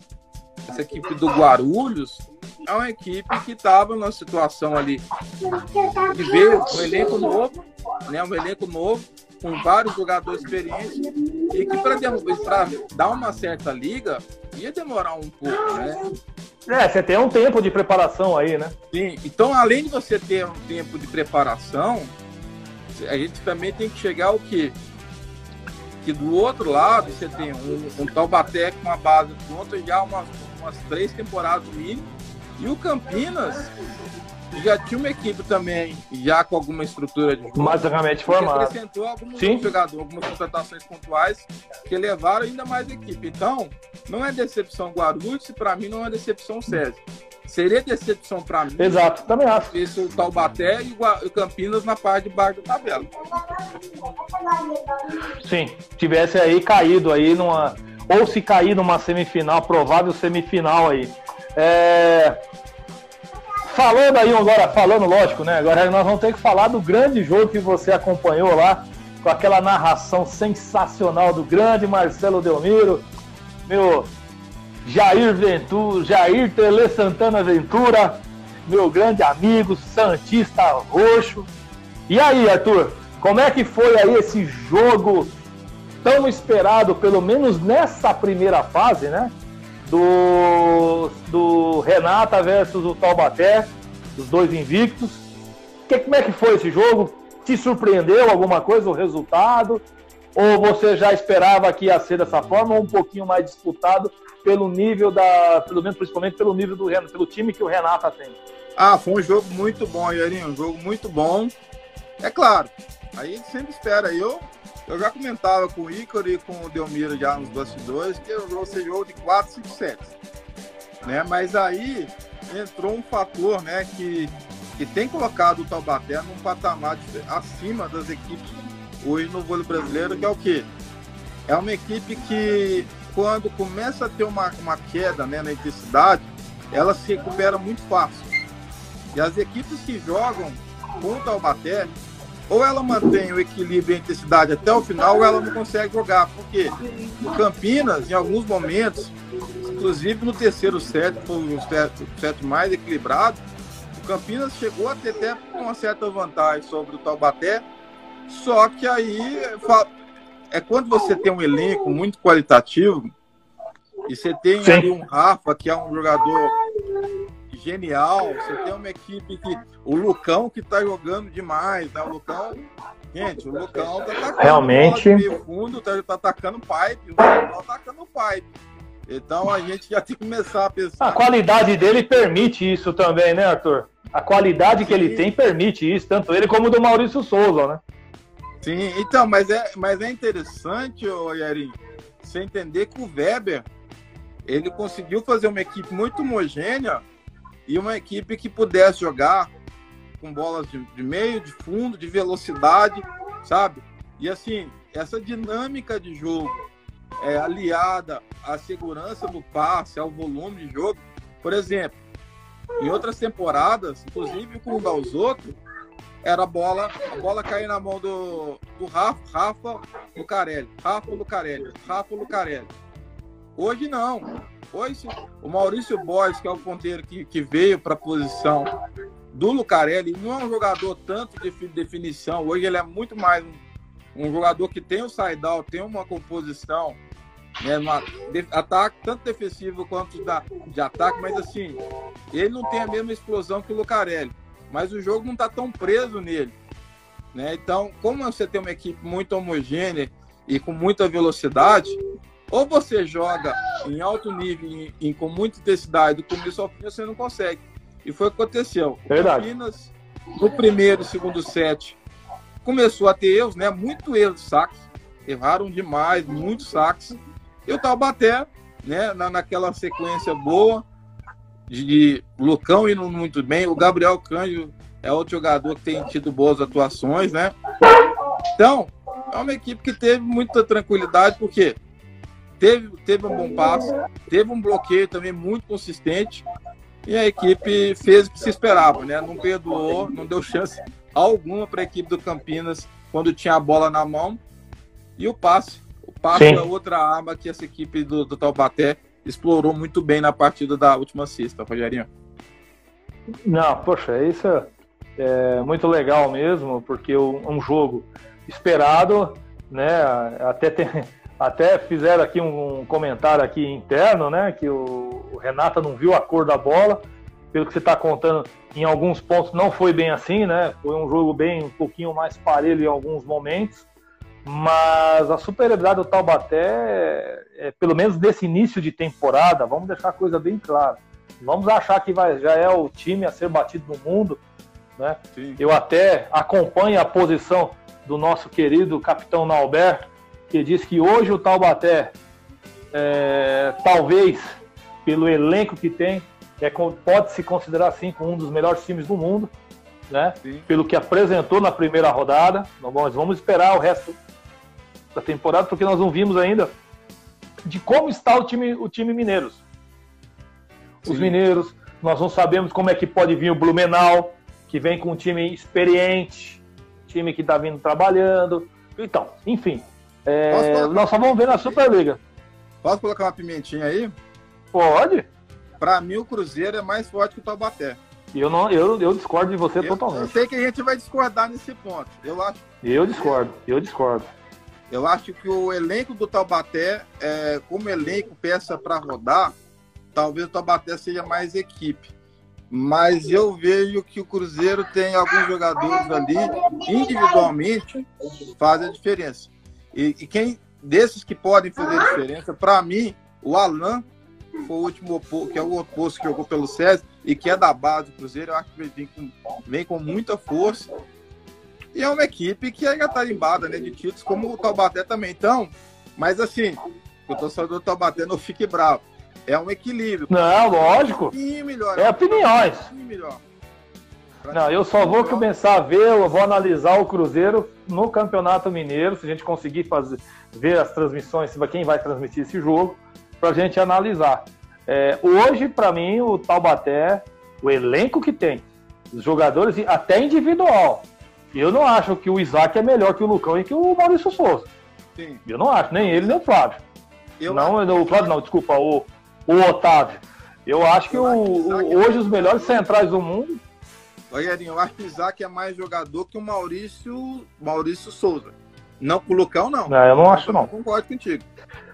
Guarulhos é uma equipe que estava numa situação ali de ver um elenco novo, né, com vários jogadores experientes, e que para dar uma certa liga ia demorar um pouco, né? Você tem um tempo de preparação aí, né? Sim, então além de você ter um tempo de preparação, a gente também tem que chegar ao quê? Que do outro lado você tem um Taubaté com uma base pronta já umas 3 temporadas no mínimo, e o Campinas já tinha uma equipe também, já com alguma estrutura de jogo, mais realmente formada. Acrescentou alguns jogadores, algumas contratações pontuais que levaram ainda mais a equipe. Então, não é decepção Guarulhos, e para mim não é decepção SESI. Seria decepção para mim. Exato, também acho. Esse o Taubaté e o Campinas na parte de baixo da tabela. Sim, tivesse aí caído aí numa... Ou se cair numa semifinal, provável semifinal aí. Falando aí agora, lógico, né? Agora nós vamos ter que falar do grande jogo que você acompanhou lá, com aquela narração sensacional do grande Marcelo Delmiro, meu Jair Tele Santana Ventura, meu grande amigo, santista roxo. E aí, Arthur, como é que foi aí esse jogo tão esperado, pelo menos nessa primeira fase, né? Do Renata versus o Taubaté, os dois invictos. Como é que foi esse jogo? Te surpreendeu alguma coisa, o resultado? Ou você já esperava que ia ser dessa forma, ou um pouquinho mais disputado pelo nível principalmente pelo nível do Renata, pelo time que o Renata tem? Foi um jogo muito bom, Yairinho, um jogo muito bom. É claro, aí a gente sempre espera. Eu já comentava com o Ícaro e com o Delmiro já nos bastidores que o jogo seria jogo de 4, 5 sets, né? Mas aí entrou um fator, né, que tem colocado o Taubaté num patamar acima das equipes hoje no vôlei brasileiro, que é o quê? É uma equipe que, quando começa a ter uma queda, né, na intensidade, ela se recupera muito fácil. E as equipes que jogam com o Taubaté, ou ela mantém o equilíbrio e a intensidade até o final, ou ela não consegue jogar. Porque o Campinas, em alguns momentos, inclusive no terceiro set, foi um set mais equilibrado, o Campinas chegou a ter até uma certa vantagem sobre o Taubaté, só que aí quando você tem um elenco muito qualitativo, e você tem ali um Rafa, que é um jogador genial, você tem uma equipe o Lucão que tá jogando demais, né? O Lucão tá atacando realmente bola de meio fundo, tá atacando pipe, o Lucão tá atacando pipe. Então a gente já tem que começar a pensar. A qualidade dele permite isso também, né, Arthur? A qualidade que ele tem permite isso, tanto ele como o do Maurício Souza, né? Sim, então, mas é interessante, Yairinho, você entender que o Weber, ele conseguiu fazer uma equipe muito homogênea e uma equipe que pudesse jogar com bolas de meio, de fundo, de velocidade, sabe? E assim, essa dinâmica de jogo aliada à segurança do passe, ao volume de jogo. Por exemplo, em outras temporadas, inclusive com o Dalzotto, era a bola cair na mão do Rafa Lucarelli. Hoje não. Hoje o Maurício Borges, que é o ponteiro que veio para a posição do Lucarelli, não é um jogador tanto de definição. Hoje ele é muito mais um jogador que tem o side-out, tem uma composição, né, ataque, tanto defensivo quanto de ataque, mas assim, ele não tem a mesma explosão que o Lucarelli, mas o jogo não está tão preso nele, né? Então, como você tem uma equipe muito homogênea e com muita velocidade, ou você joga em alto nível e com muita intensidade do começo ao fim, você não consegue. E foi o que aconteceu. Verdade. Campinas, no primeiro e segundo set, começou a ter erros, né? Muito erro de saques. Erraram demais, muitos saques. E o Taubaté, né? Naquela sequência boa, de Lucão indo muito bem. O Gabriel Cândido é outro jogador que tem tido boas atuações, né? Então, é uma equipe que teve muita tranquilidade, porque teve um bom passe, teve um bloqueio também muito consistente, e a equipe fez o que se esperava, né? Não perdoou, não deu chance alguma para a equipe do Campinas quando tinha a bola na mão. E o passe Sim. É outra arma que essa equipe do Taubaté explorou muito bem na partida da última sexta, Rogerinho. Não, poxa, isso é muito legal mesmo, porque um jogo esperado, né? Até fizeram aqui um comentário aqui interno, né? Que o Renata não viu a cor da bola. Pelo que você está contando, em alguns pontos não foi bem assim, né? Foi um jogo um pouquinho mais parelho em alguns momentos. Mas a superioridade do Taubaté, pelo menos desse início de temporada, vamos deixar a coisa bem clara. Vamos achar que já é o time a ser batido no mundo, né? Eu até acompanho a posição do nosso querido capitão Nauber, que diz que hoje o Taubaté, talvez, pelo elenco que tem, pode se considerar assim como um dos melhores times do mundo, né? Pelo que apresentou na primeira rodada. Nós vamos esperar o resto da temporada, porque nós não vimos ainda de como está o time Mineiros. Os mineiros, nós não sabemos como é que pode vir o Blumenau, que vem com um time experiente, time que está vindo trabalhando. Então, enfim, nós só vamos ver na Superliga. Posso colocar uma pimentinha aí? Pode. Para mim, o Cruzeiro é mais forte que o Taubaté. Eu discordo de você totalmente. Eu sei que a gente vai discordar nesse ponto. Eu discordo. Eu acho que o elenco do Taubaté, como elenco, peça para rodar, talvez o Taubaté seja mais equipe. Mas eu vejo que o Cruzeiro tem alguns jogadores ali, individualmente, fazem a diferença. E quem desses que podem fazer a diferença, para mim, o Alan foi o último, que é o oposto que jogou pelo César e que é da base do Cruzeiro. Eu acho que vem com muita força. E é uma equipe que é tarimbada, né, de títulos, como o Taubaté também. Então, mas assim, o torcedor do Taubaté não fique bravo. É um equilíbrio. Não, lógico. Melhor, opiniões. Não, eu só vou começar a ver, eu vou analisar o Cruzeiro no Campeonato Mineiro, se a gente conseguir ver as transmissões, quem vai transmitir esse jogo, para a gente analisar. Hoje, para mim, o Taubaté, o elenco que tem, os jogadores, até individual, eu não acho que o Isaac é melhor que o Lucão e que o Maurício Souza. Sim. Eu não acho, nem ele, nem o Flávio. O Flávio não, desculpa, o Otávio. Eu acho que hoje os melhores centrais do mundo... Rogerinho, eu acho que o Isaac é mais jogador que o Maurício Souza. Não com o Lucão, não. Não, eu não acho, não. Concordo contigo.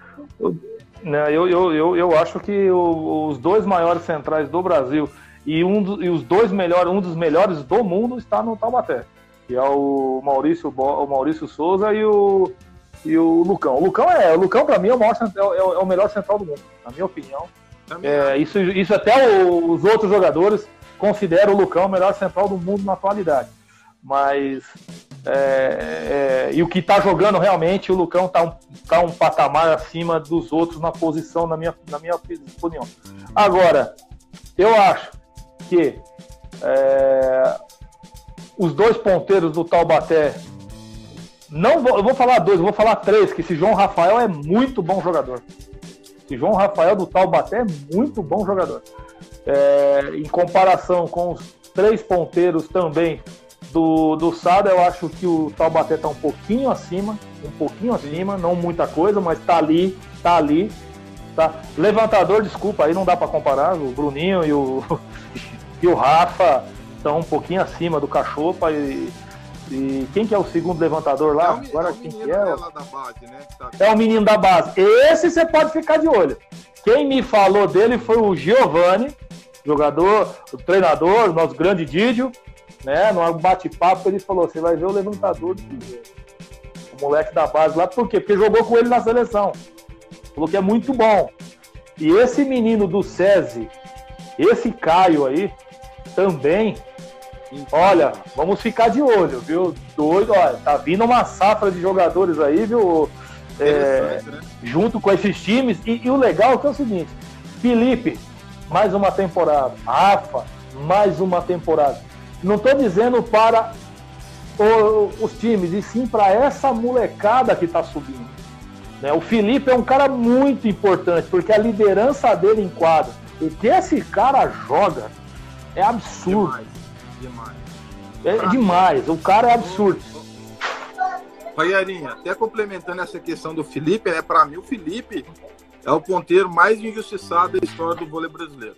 Eu acho que os dois maiores centrais do Brasil e um dos melhores do mundo está no Taubaté, que é o Maurício Souza e o Lucão. O Lucão para mim é o melhor central do mundo, na minha opinião. Isso até os outros jogadores consideram o Lucão o melhor central do mundo na atualidade. Mas e o que está jogando realmente, o Lucão tá um patamar acima dos outros na posição, na minha opinião. Agora, eu acho que os dois ponteiros do Taubaté, eu vou falar dois, eu vou falar três, que esse João Rafael é muito bom jogador. Esse João Rafael do Taubaté é muito bom jogador. Em comparação com os três ponteiros também do Sada, eu acho que o Taubaté está um pouquinho acima, não muita coisa, mas tá ali. Tá? Levantador, desculpa, aí não dá para comparar, o Bruninho e o Rafa estão um pouquinho acima do Cachopa E quem que é o segundo levantador lá? Agora quem que é? Lá da base, né? É o menino da base. Esse você pode ficar de olho. Quem me falou dele foi o Giovani, jogador, o treinador, o nosso grande Didio, né? No bate-papo ele falou, você vai ver o levantador do Cruzeiro. O moleque da base lá, por quê? Porque jogou com ele na seleção. Falou que é muito bom. E esse menino do SESI, esse Caio aí, também, olha, vamos ficar de olho, viu? Doido, olha, tá vindo uma safra de jogadores aí, viu? Né? Junto com esses times. E o legal é que é o seguinte, Felipe, mais uma temporada. Rafa, mais uma temporada. Não tô dizendo para os times, e sim para essa molecada que tá subindo. Né? O Felipe é um cara muito importante, porque a liderança dele em quadra, o que esse cara joga é absurdo. Demais. É demais, o cara é absurdo. Rogerinho, até complementando essa questão do Felipe, né? Para mim o Felipe é o ponteiro mais injustiçado da história do vôlei brasileiro.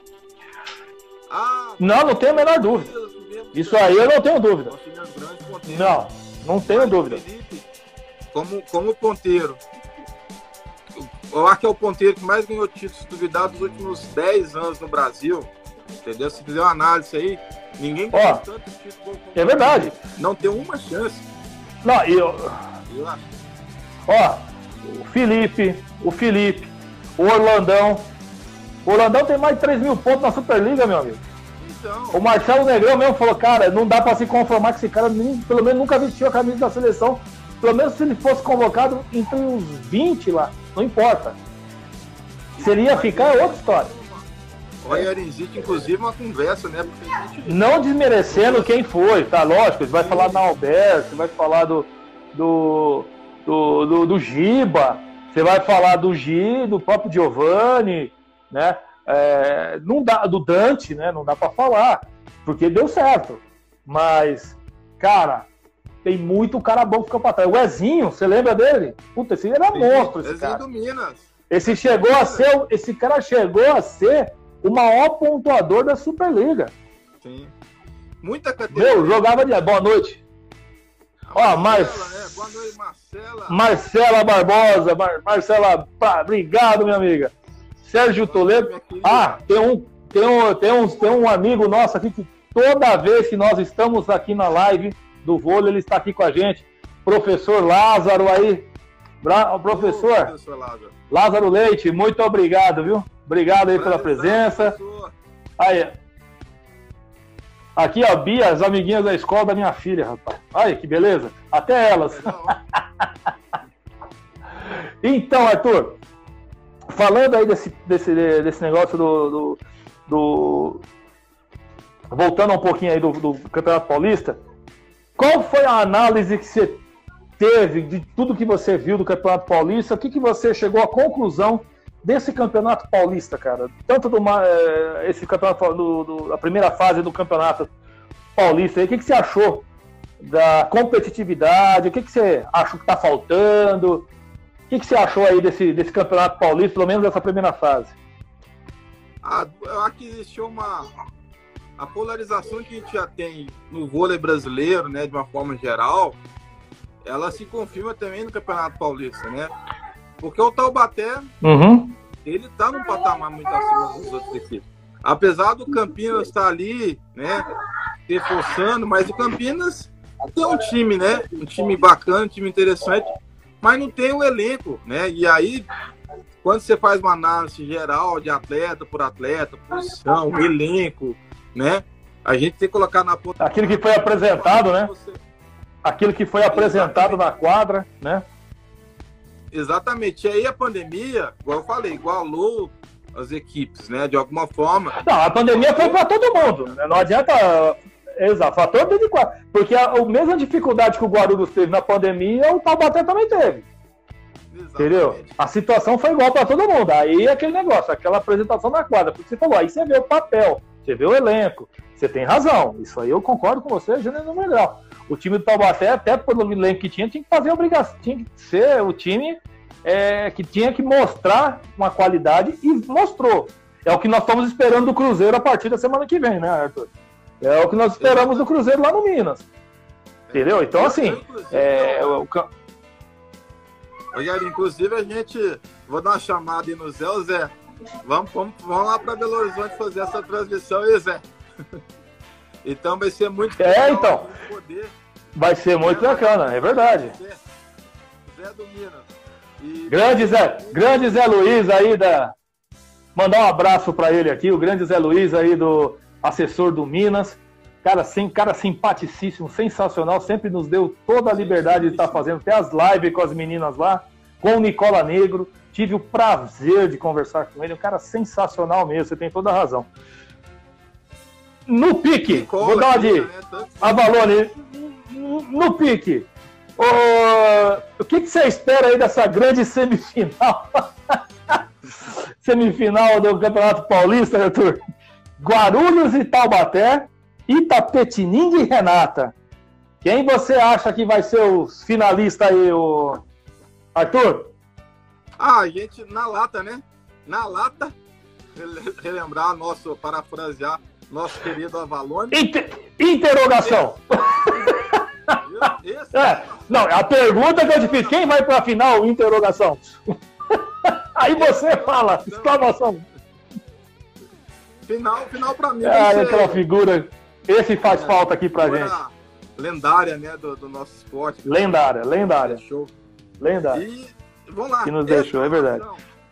Não tenho a menor dúvida. Isso aí eu não tenho dúvida. Não tenho dúvida. Felipe, como ponteiro, eu acho que é o ponteiro que mais ganhou títulos duvidados nos últimos 10 anos no Brasil. Entendeu? Se fizer uma análise aí, ninguém ganhou tanto título. É verdade. Não tem uma chance. Não, o Felipe, o Orlandão. O Orlandão tem mais de 3 mil pontos na Superliga, meu amigo. Então... O Marcelo Negrão mesmo falou, cara, não dá pra se conformar que esse cara pelo menos nunca vestiu a camisa da seleção. Pelo menos se ele fosse convocado entre os 20 lá, não importa. Se ele ia ficar é outra história. Olha, existe inclusive uma conversa, né? Não desmerecendo quem foi, tá? Lógico, ele vai falar do Alberto, vai falar do Giba, você vai falar do do próprio Giovani, né? Não dá, do Dante, né? Não dá pra falar, porque deu certo. Mas, cara, tem muito cara bom que ficou pra trás. O Ezinho, você lembra dele? Puta, esse era monstro, esse cara. Do Minas. Esse cara chegou a ser o maior pontuador da Superliga. Sim. Muita categoria. Meu, jogava de... Boa noite. Ó, Boa noite, Marcela. Marcela Barbosa. Marcela, obrigado, minha amiga. Sérgio Toledo. Tem um amigo nosso aqui que toda vez que nós estamos aqui na live do vôlei, ele está aqui com a gente. Professor Lázaro aí. Professor Lázaro Leite, muito obrigado, viu? Obrigado aí pela presença. Aí. Aqui, ó, Bia, as amiguinhas da escola da minha filha, rapaz. Olha que beleza. Até elas. Então, Arthur, falando aí desse negócio voltando um pouquinho aí do Campeonato Paulista, qual foi a análise que você teve de tudo que você viu do Campeonato Paulista? O que você chegou à conclusão desse Campeonato Paulista, cara? Tanto esse campeonato da primeira fase do Campeonato Paulista aí, o que você achou da competitividade? O que você acha que está faltando? O que você achou aí desse Campeonato Paulista, pelo menos dessa primeira fase? Eu acho que existiu a polarização que a gente já tem no vôlei brasileiro, né, de uma forma geral, ela se confirma também no Campeonato Paulista, né? Porque o Taubaté, ele tá num patamar muito acima das outras equipes. Apesar do Campinas estar ali, né, reforçando, mas o Campinas tem um time, né? Um time bacana, um time interessante, mas não tem um elenco, né? E aí, quando você faz uma análise geral de atleta por atleta, posição, elenco, né? A gente tem que colocar na ponta... Aquilo que foi apresentado, né? Aquilo que foi apresentado na quadra, né? Exatamente. E aí a pandemia, igual eu falei, igualou as equipes, né? De alguma forma. Não, a pandemia foi para todo mundo, né? Não adianta... Exato, fator de quadra. Porque a mesma dificuldade que o Guarulhos teve na pandemia, o Taubaté também teve. Exatamente. Entendeu? A situação foi igual para todo mundo. Aí aquele negócio, aquela apresentação na quadra. Porque você falou, aí você vê o papel, você vê o elenco. Você tem razão. Isso aí eu concordo com você, Júnior, no melhor. O time do Taubaté, até pelo elenco que tinha que fazer a obrigação. Tinha que ser o time que tinha que mostrar uma qualidade e mostrou. É o que nós estamos esperando do Cruzeiro a partir da semana que vem, né, Arthur? É o que nós esperamos do Cruzeiro lá no Minas. Entendeu? Então, assim, Rogério, inclusive a gente, vou dar uma chamada aí no Zé, ô Zé, vamos lá para Belo Horizonte fazer essa transmissão aí, Zé. Então vai ser muito então. Poder. Vai ser muito bacana, é verdade. Zé do Minas. Grande Zé Luiz aí mandar um abraço para ele aqui, o grande Zé Luiz aí do assessor do Minas. Cara simpaticíssimo, sensacional, sempre nos deu toda a liberdade de estar fazendo até as lives com as meninas lá, com o Nicola Negro. Tive o prazer de conversar com ele, um cara sensacional mesmo, você tem toda a razão. No pique, Nicola, vou dar uma de Avalone, no pique, o que você espera aí dessa grande semifinal? Semifinal do Campeonato Paulista, Arthur? Guarulhos e Taubaté, Itapetininga e Renata. Quem você acha que vai ser os finalistas aí, Arthur? A gente, na lata, né? Na lata, relembrar parafrasear nosso querido Avalone. Interrogação. Não, a pergunta que eu te fiz, quem vai pra final? Interrogação. Aí você fala, exclamação. Final pra mim. Aquela figura. Esse faz falta aqui pra gente. Lendária, né? Do nosso esporte. Lendária. Show. Lendária. E vamos lá. Que nos deixou, é verdade.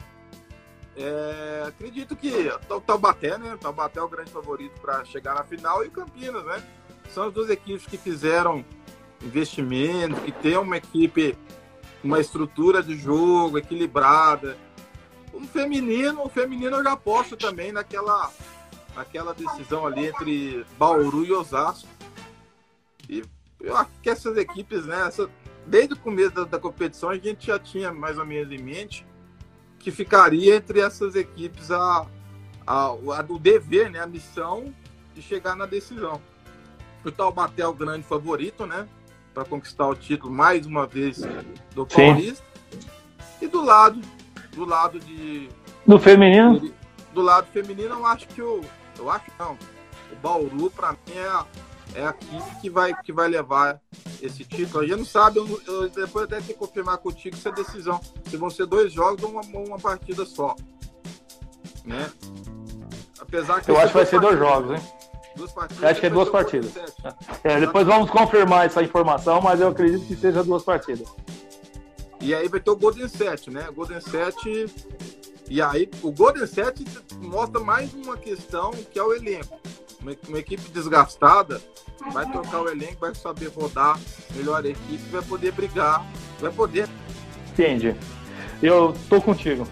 Acredito que o Taubaté, né? O Taubaté é o grande favorito para chegar na final, e o Campinas, né? São as duas equipes que fizeram investimento, que tem uma equipe, uma estrutura de jogo equilibrada. O feminino eu já aposto também naquela decisão ali entre Bauru e Osasco. E eu acho que essas equipes, né? Desde o começo da competição, a gente já tinha mais ou menos em mente que ficaria entre essas equipes o dever, né? A missão de chegar na decisão. O Taubaté é o grande favorito, né? Para conquistar o título mais uma vez do Paulista. E do lado do feminino? Do lado feminino, eu acho que o Bauru, para mim, é a equipe que vai levar esse título. A gente não sabe, eu depois até ter que confirmar contigo essa decisão. Se vão ser 2 jogos ou uma partida só. Né? Apesar que eu acho que vai ser 2 jogos, hein? 2 partidas. Acho que é 2 partidas. Depois vamos confirmar essa informação, mas eu acredito que seja 2 partidas. E aí vai ter o Golden 7, né? Golden 7. E aí o Golden 7 mostra mais uma questão, que é o elenco. Uma equipe desgastada vai trocar o elenco, vai saber rodar melhor a equipe, vai poder brigar, vai poder. Entendi. Eu tô contigo.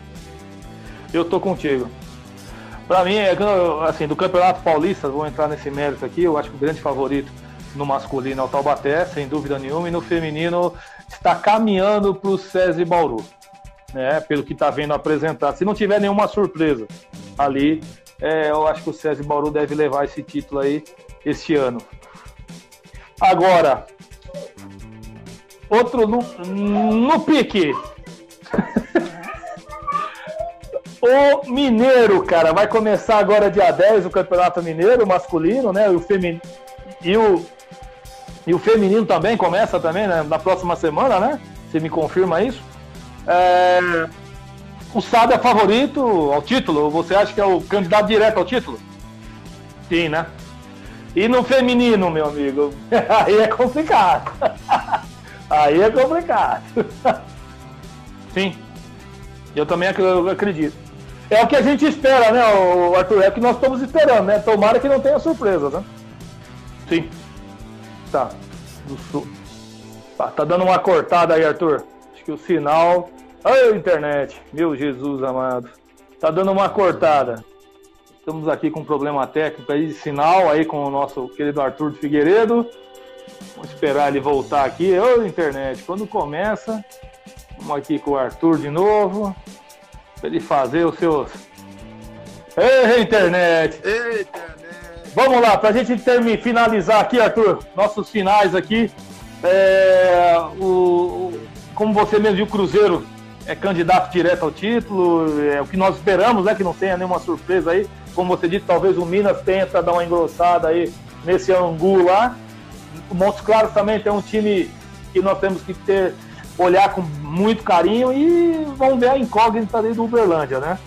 Pra mim, assim, do Campeonato Paulista, vou entrar nesse mérito aqui, eu acho que o grande favorito no masculino é o Taubaté, sem dúvida nenhuma, e no feminino está caminhando pro SESI Bauru, né, pelo que tá vendo apresentado. Se não tiver nenhuma surpresa ali, eu acho que o SESI Bauru deve levar esse título aí este ano. Agora, outro no pique. O Mineiro, cara, vai começar agora dia 10 o Campeonato Mineiro masculino, né? E o feminino também começa também, né? Na próxima semana, né? Você me confirma isso? O Sábio é favorito ao título? Você acha que é o candidato direto ao título? Sim, né? E no feminino, meu amigo? Aí é complicado. Sim. Eu também acredito. É o que a gente espera, né, Arthur? É o que nós estamos esperando, né? Tomara que não tenha surpresa, né? Sim. Tá. Tá dando uma cortada aí, Arthur. Acho que o sinal... Ai, internet. Meu Jesus amado. Tá dando uma cortada. Estamos aqui com um problema técnico aí de sinal aí com o nosso querido Arthur de Figueiredo. Vamos esperar ele voltar aqui. Ô, internet. Quando começa... Vamos aqui com o Arthur de novo. Para ele fazer os seus... Ei, internet! Vamos lá, para a gente finalizar aqui, Arthur, nossos finais aqui. Como você mesmo viu, o Cruzeiro é candidato direto ao título. É o que nós esperamos, né? Que não tenha nenhuma surpresa aí. Como você disse, talvez o Minas tenta dar uma engrossada aí nesse angu lá. O Montes Claros também tem um time que nós temos que olhar com muito carinho e vamos ver a incógnita ali do Uberlândia, né?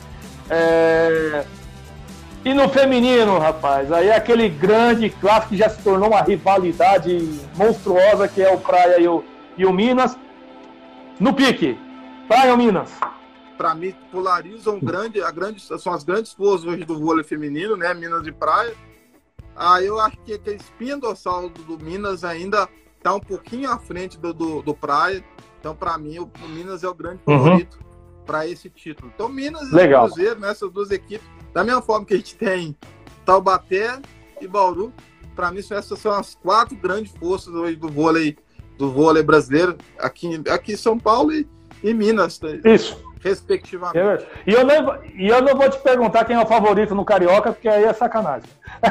E no feminino, rapaz, aí é aquele grande clássico que já se tornou uma rivalidade monstruosa, que é o Praia e o Minas. No pique, Praia ou Minas? Para mim, polarizam são as grandes forças hoje do vôlei feminino, né? Minas e Praia. Eu acho que a espinha dorsal do Minas ainda está um pouquinho à frente do Praia. Então, para mim, o Minas é o grande favorito para esse título. Então, Minas e Cruzeiro, né, essas duas equipes, da mesma forma que a gente tem Taubaté e Bauru, para mim, essas são as 4 grandes forças hoje do vôlei brasileiro, aqui em São Paulo e Minas. Isso. Respectivamente. E eu não vou te perguntar quem é o favorito no Carioca, porque aí é sacanagem.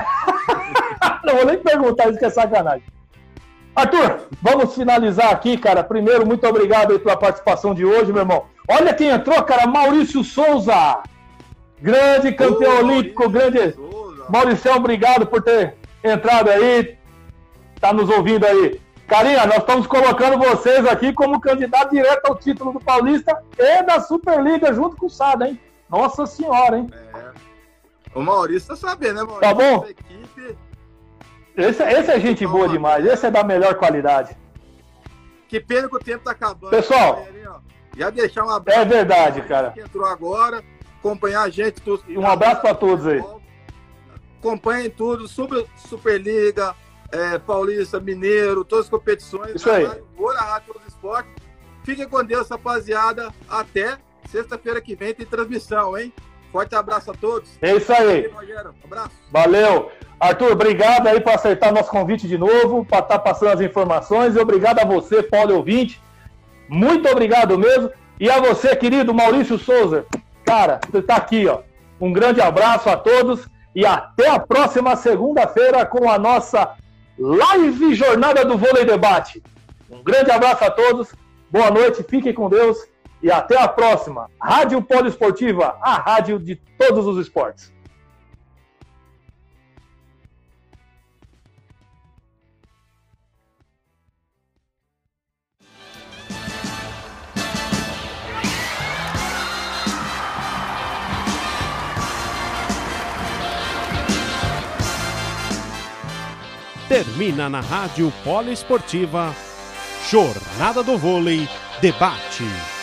Não vou nem perguntar isso, que é sacanagem. Arthur, vamos finalizar aqui, cara. Primeiro, muito obrigado aí pela participação de hoje, meu irmão. Olha quem entrou, cara, Maurício Souza. Grande campeão olímpico, grande. Maurício, obrigado por ter entrado aí. Tá nos ouvindo aí. Carinha, nós estamos colocando vocês aqui como candidato direto ao título do Paulista e da Superliga, junto com o Sada, hein? Nossa senhora, hein? O Maurício tá sabendo, né, Maurício? Tá bom? Equipe... Esse é gente boa demais, esse é da melhor qualidade. Que pena que o tempo tá acabando. Pessoal, já deixar um abraço. É verdade, cara. Que entrou agora, acompanhar a gente. Um abraço para todos aí. Acompanhem tudo, Superliga, Paulista, Mineiro, todas as competições. Isso aí. Vou na Rádio Todos os Esportes. Fiquem com Deus, rapaziada. Até sexta-feira que vem tem transmissão, hein? Forte abraço a todos. É isso aí. Rogério, um abraço. Valeu. Arthur, obrigado aí por aceitar nosso convite de novo, para estar passando as informações. E obrigado a você, Paulo ouvinte. Muito obrigado mesmo. E a você, querido Maurício Souza. Cara, você tá aqui, ó. Um grande abraço a todos e até a próxima segunda-feira com a nossa live Jornada do Vôlei Debate. Um grande abraço a todos, boa noite, fiquem com Deus e até a próxima. Rádio Poliesportiva, a rádio de todos os esportes. Termina na Rádio Poliesportiva, Jornada do Vôlei Debate.